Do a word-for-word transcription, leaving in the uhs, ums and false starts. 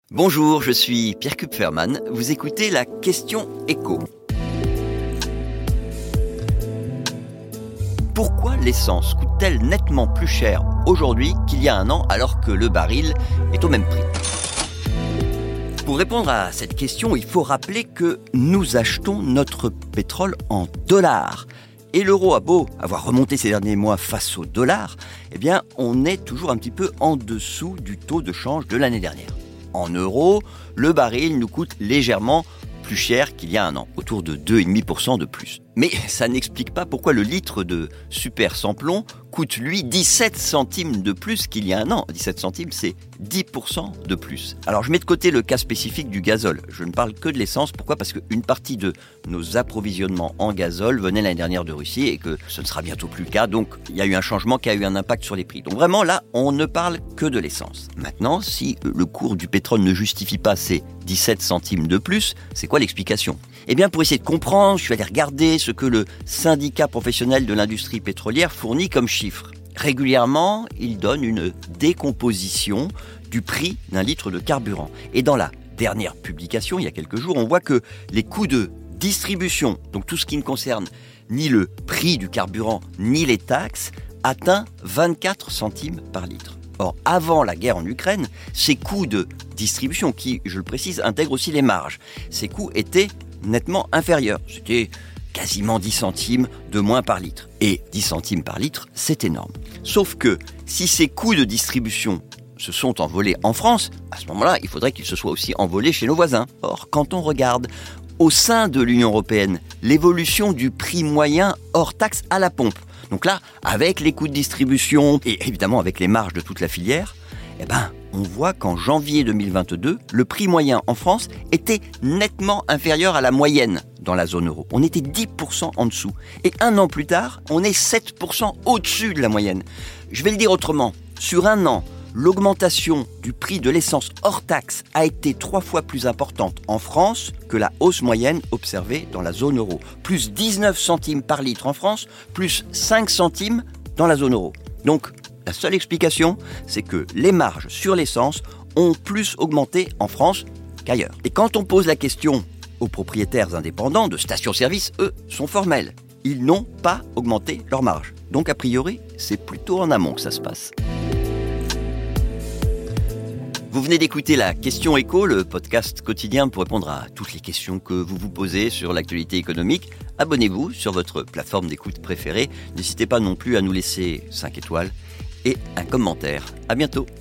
Bonjour, je suis Pierre Kupferman. Vous écoutez la question écho. Pourquoi l'essence coûte-t-elle nettement plus cher aujourd'hui qu'il y a un an alors que le baril est au même prix ? Pour répondre à cette question, il faut rappeler que nous achetons notre pétrole en dollars. Et l'euro a beau avoir remonté ces derniers mois face au dollar, eh bien, on est toujours un petit peu en dessous du taux de change de l'année dernière. En euros, le baril nous coûte légèrement plus cher qu'il y a un an, autour de deux virgule cinq pour cent de plus. Mais ça n'explique pas pourquoi le litre de super sans plomb coûte, lui, dix-sept centimes de plus qu'il y a un an. dix-sept centimes, c'est dix pour cent de plus. Alors je mets de côté le cas spécifique du gazole. Je ne parle que de l'essence. Pourquoi ? Parce qu'une partie de nos approvisionnements en gazole venait l'année dernière de Russie et que ce ne sera bientôt plus le cas. Donc il y a eu un changement qui a eu un impact sur les prix. Donc vraiment là, on ne parle que de l'essence. Maintenant, si le cours du pétrole ne justifie pas ces dix-sept centimes de plus, c'est quoi l'explication ? Eh bien, pour essayer de comprendre, je suis allé regarder ce que le syndicat professionnel de l'industrie pétrolière fournit comme chiffres. Régulièrement, il donne une décomposition du prix d'un litre de carburant. Et dans la dernière publication, il y a quelques jours, on voit que les coûts de distribution, donc tout ce qui ne concerne ni le prix du carburant, ni les taxes, atteint vingt-quatre centimes par litre. Or, avant la guerre en Ukraine, ces coûts de distribution, qui, je le précise, intègrent aussi les marges, ces coûts étaient nettement inférieurs. C'était quasiment dix centimes de moins par litre. Et dix centimes par litre, c'est énorme. Sauf que si ces coûts de distribution se sont envolés en France, à ce moment-là, il faudrait qu'ils se soient aussi envolés chez nos voisins. Or, quand on regarde au sein de l'Union européenne l'évolution du prix moyen hors taxe à la pompe, donc là, avec les coûts de distribution et évidemment avec les marges de toute la filière, eh ben, on voit qu'en janvier deux mille vingt-deux, le prix moyen en France était nettement inférieur à la moyenne dans la zone euro. On était dix pour cent en dessous. Et un an plus tard, on est sept pour cent au-dessus de la moyenne. Je vais le dire autrement. Sur un an, l'augmentation du prix de l'essence hors taxe a été trois fois plus importante en France que la hausse moyenne observée dans la zone euro. Plus dix-neuf centimes par litre en France, plus cinq centimes dans la zone euro. Donc, la seule explication, c'est que les marges sur l'essence ont plus augmenté en France qu'ailleurs. Et quand on pose la question aux propriétaires indépendants de stations-service, eux sont formels. Ils n'ont pas augmenté leurs marges. Donc a priori, c'est plutôt en amont que ça se passe. Vous venez d'écouter la Question Écho, le podcast quotidien pour répondre à toutes les questions que vous vous posez sur l'actualité économique. Abonnez-vous sur votre plateforme d'écoute préférée. N'hésitez pas non plus à nous laisser cinq étoiles et un commentaire. À bientôt.